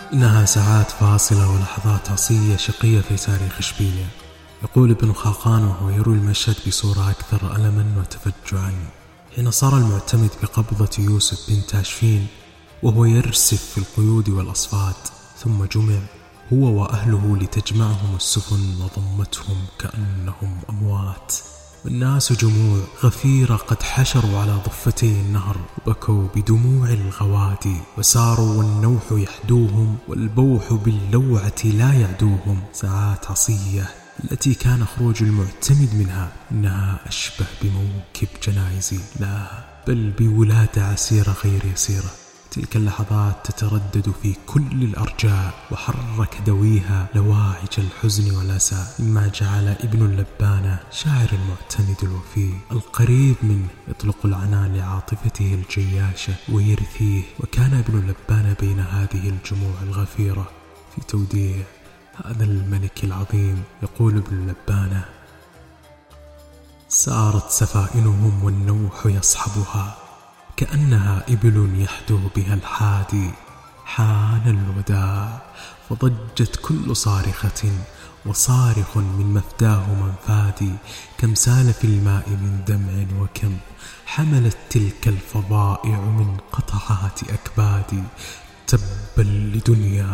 إنها ساعات فاصلة ولحظات عصية شقية في تاريخ إشبيلية. يقول ابن خاقان وهو يروي المشهد بصورة أكثر ألما وتفجعا حين صار المعتمد بقبضة يوسف بن تاشفين وهو يرسف في القيود والأصفاد، ثم جمع هو وأهله لتجمعهم السفن وضمتهم كأنهم أموات، والناس جموع غفيرة قد حشروا على ضفتي النهر وبكوا بدموع الغوادي، وساروا والنوح يحدوهم والبوح باللوعة لا يعدوهم. ساعات عصية التي كان خروج المعتمد منها إنها أشبه بموكب جنائزي، لا بل بولادة عسيرة غير يسيرة. تلك اللحظات تتردد في كل الأرجاء وحرك دويها لواعج الحزن والأسى، مما جعل ابن اللبانة شاعر المعتمد الوفي القريب منه يطلق العنان لعاطفته الجياشة ويرثيه. وكان ابن اللبانة بين هذه الجموع الغفيرة في توديع هذا الملك العظيم. يقول ابن اللبانة: سارت سفائنهم والنوح يصحبها كأنها إبل يحدو بها الحادي، حان الوداع فضجت كل صارخة وصارخ من مفداه منفادي، كم سال في الماء من دمع وكم حملت تلك الفضائع من قطعات أكبادي، تبا لدنيا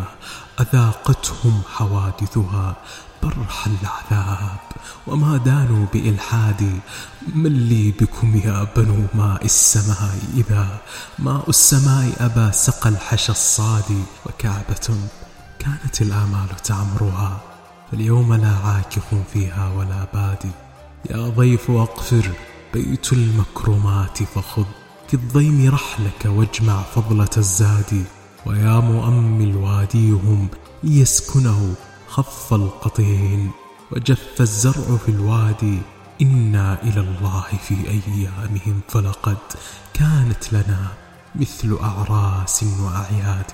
أذاقتهم حوادثها برح العذاب وما دانوا بإلحادي. من لي بكم يا بنو ماء السماء إذا ماء السماء أبى سقى الحشى الصادي، وكعبة كانت الآمال تعمرها فاليوم لا عاكف فيها ولا بادي. يا ضيف أقفر بيت المكرمات فخذ في الضيم رحلك واجمع فضلة الزاد، ويا مؤمل واديهم ليسكنه خف القطين وجف الزرع في الوادي، إنا إلى الله في أيامهم فلقد كانت لنا مثل أعراس وأعياد.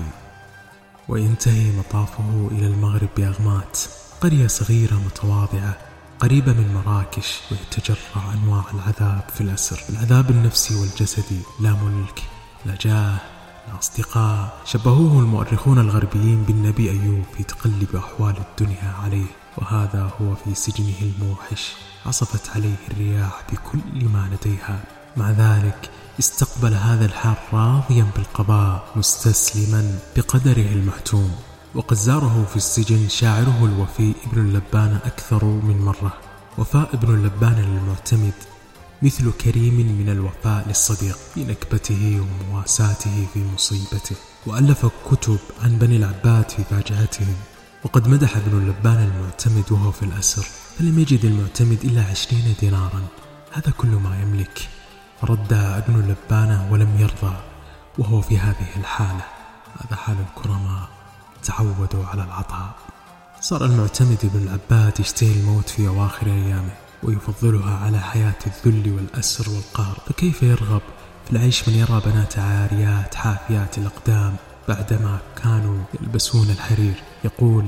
وينتهي مطافه إلى المغرب بأغمات، قرية صغيرة متواضعة قريبة من مراكش، ويتجرع أنواع العذاب في الأسر، العذاب النفسي والجسدي، لا ملك لا جاه لا أصدقاء. شبهوه المؤرخون الغربيين بالنبي أيوب في تقلب أحوال الدنيا عليه، وهذا هو في سجنه الموحش، عصفت عليه الرياح بكل ما لديها، مع ذلك استقبل هذا الحال راضيا بالقضاء مستسلما بقدره المحتوم. وقد زاره في السجن شاعره الوفي ابن اللبانة أكثر من مرة. وفاء ابن اللبانة للمعتمد مثل كريم من الوفاء للصديق في نكبته ومواساته في مصيبته، وألف كتب عن بني العباد في فاجعتهم. وقد مدح ابن اللبانة المعتمد وهو في الأسر، فلم يجد المعتمد إلا 20 دينارا، هذا كل ما يملك، فرد ابن اللبانة ولم يرضى وهو في هذه الحالة. هذا حال الكرماء، تعودوا على العطاء. صار المعتمد ابن العباد يشتهي الموت في أواخر أيامه ويفضلها على حياة الذل والأسر والقهر، فكيف يرغب في العيش من يرى بنات عاريات حافيات الأقدام بعدما كانوا يلبسون الحرير؟ يقول: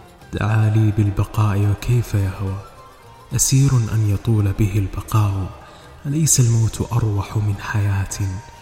دعا لي بالبقاء وكيف يهوى أسير أن يطول به البقاء، أليس الموت أروح من حياة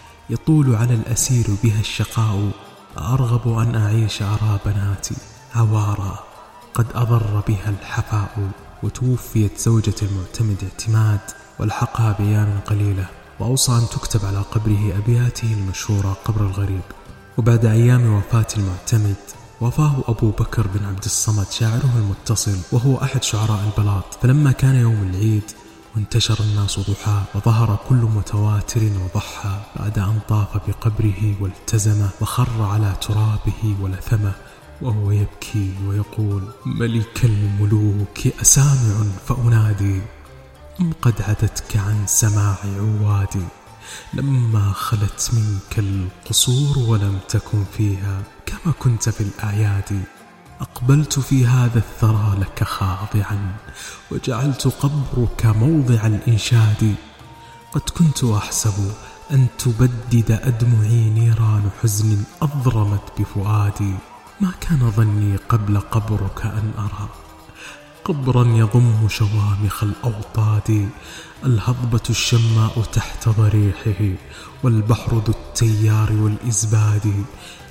يطول على الأسير بها الشقاء، أرغب أن أعيش أرى بناتي عوارا قد أضر بها الحفاء. وتوفيت زوجة المعتمد اعتماد ولحقها بأيام قليلة، وأوصى أن تكتب على قبره أبياته المشهورة قبر الغريب. وبعد أيام وفاة المعتمد وفاه أبو بكر بن عبد الصمد شاعره المتصل، وهو أحد شعراء البلاط. فلما كان يوم العيد وانتشر الناس ضحى وظهر كل متواتر وضحى، بعد أن طاف بقبره والتزمه وخر على ترابه ولثمه وهو يبكي ويقول: ملك الملوك أسامع فأنادي أم قد عدتك عن سماع عوادي، لما خلت منك القصور ولم تكن فيها كما كنت في الأعياد، أقبلت في هذا الثرى لك خاضعا وجعلت قبرك موضع الإنشاد، قد كنت أحسب أن تبدد أدمعي نيران حزن أضرمت بفؤادي، ما كان ظني قبل قبرك أن أرى قبرا يضم شوامخ الأوطاد، الهضبة الشماء تحت ضريحه والبحر ذو التيار والإزباد، عهد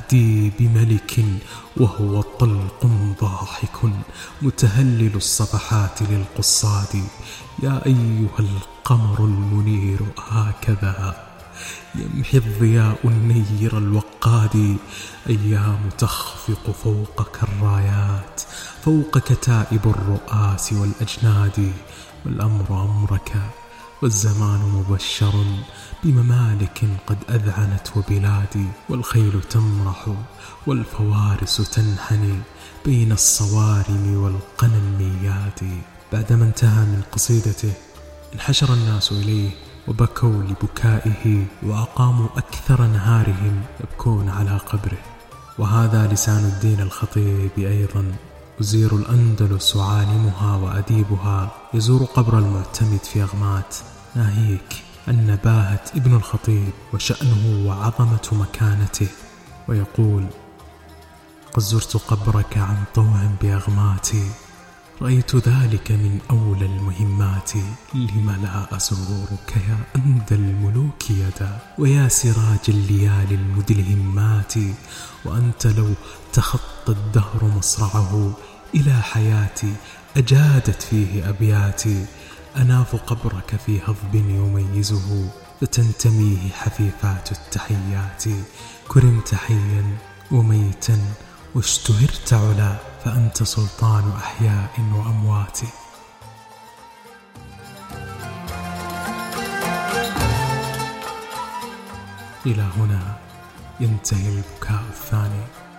أهدي بملك وهو طلق ضاحك متهلل الصفحات للقصاد. يا أيها القمر المنير هكذا يمحي الضياء النير الوقاد. أيام تخفق فوقك الرايات، فوق كتائب الرؤاس والأجناد. والأمر أمرك والزمان مبشر بممالك قد أذعنت وبلادي. والخيل تمرح والفوارس تنحني بين الصوارم والقنا المياد. بعدما انتهى من قصيدته انحشر الناس إليه وبكوا لبكائه، وأقاموا أكثر نهارهم يبكون على قبره. وهذا لسان الدين الخطيب أيضا. وزير الأندلس عالمها وأديبها يزور قبر المعتمد في أغمات، ناهيك عن نباهة ابن الخطيب وشأنه وعظمة مكانته، ويقول: قد زرت قبرك عن طوع بأغماتي، رأيت ذلك من أولى المهمات. لم لا أزورك يا أندى الملوك يدا، ويا سراج الليالي المدلهمات. وأنت لو تخطى الدهر مصرعه إلى حياتي أجادت فيه أبياتي. أناف قبرك في هضب يميزه، فتنتميه حفيفات التحيات. كرمت حيا وميتا واشتهرت علا، فأنت سلطان أحياء وأموات. إلى هنا ينتهي البكاء الثاني.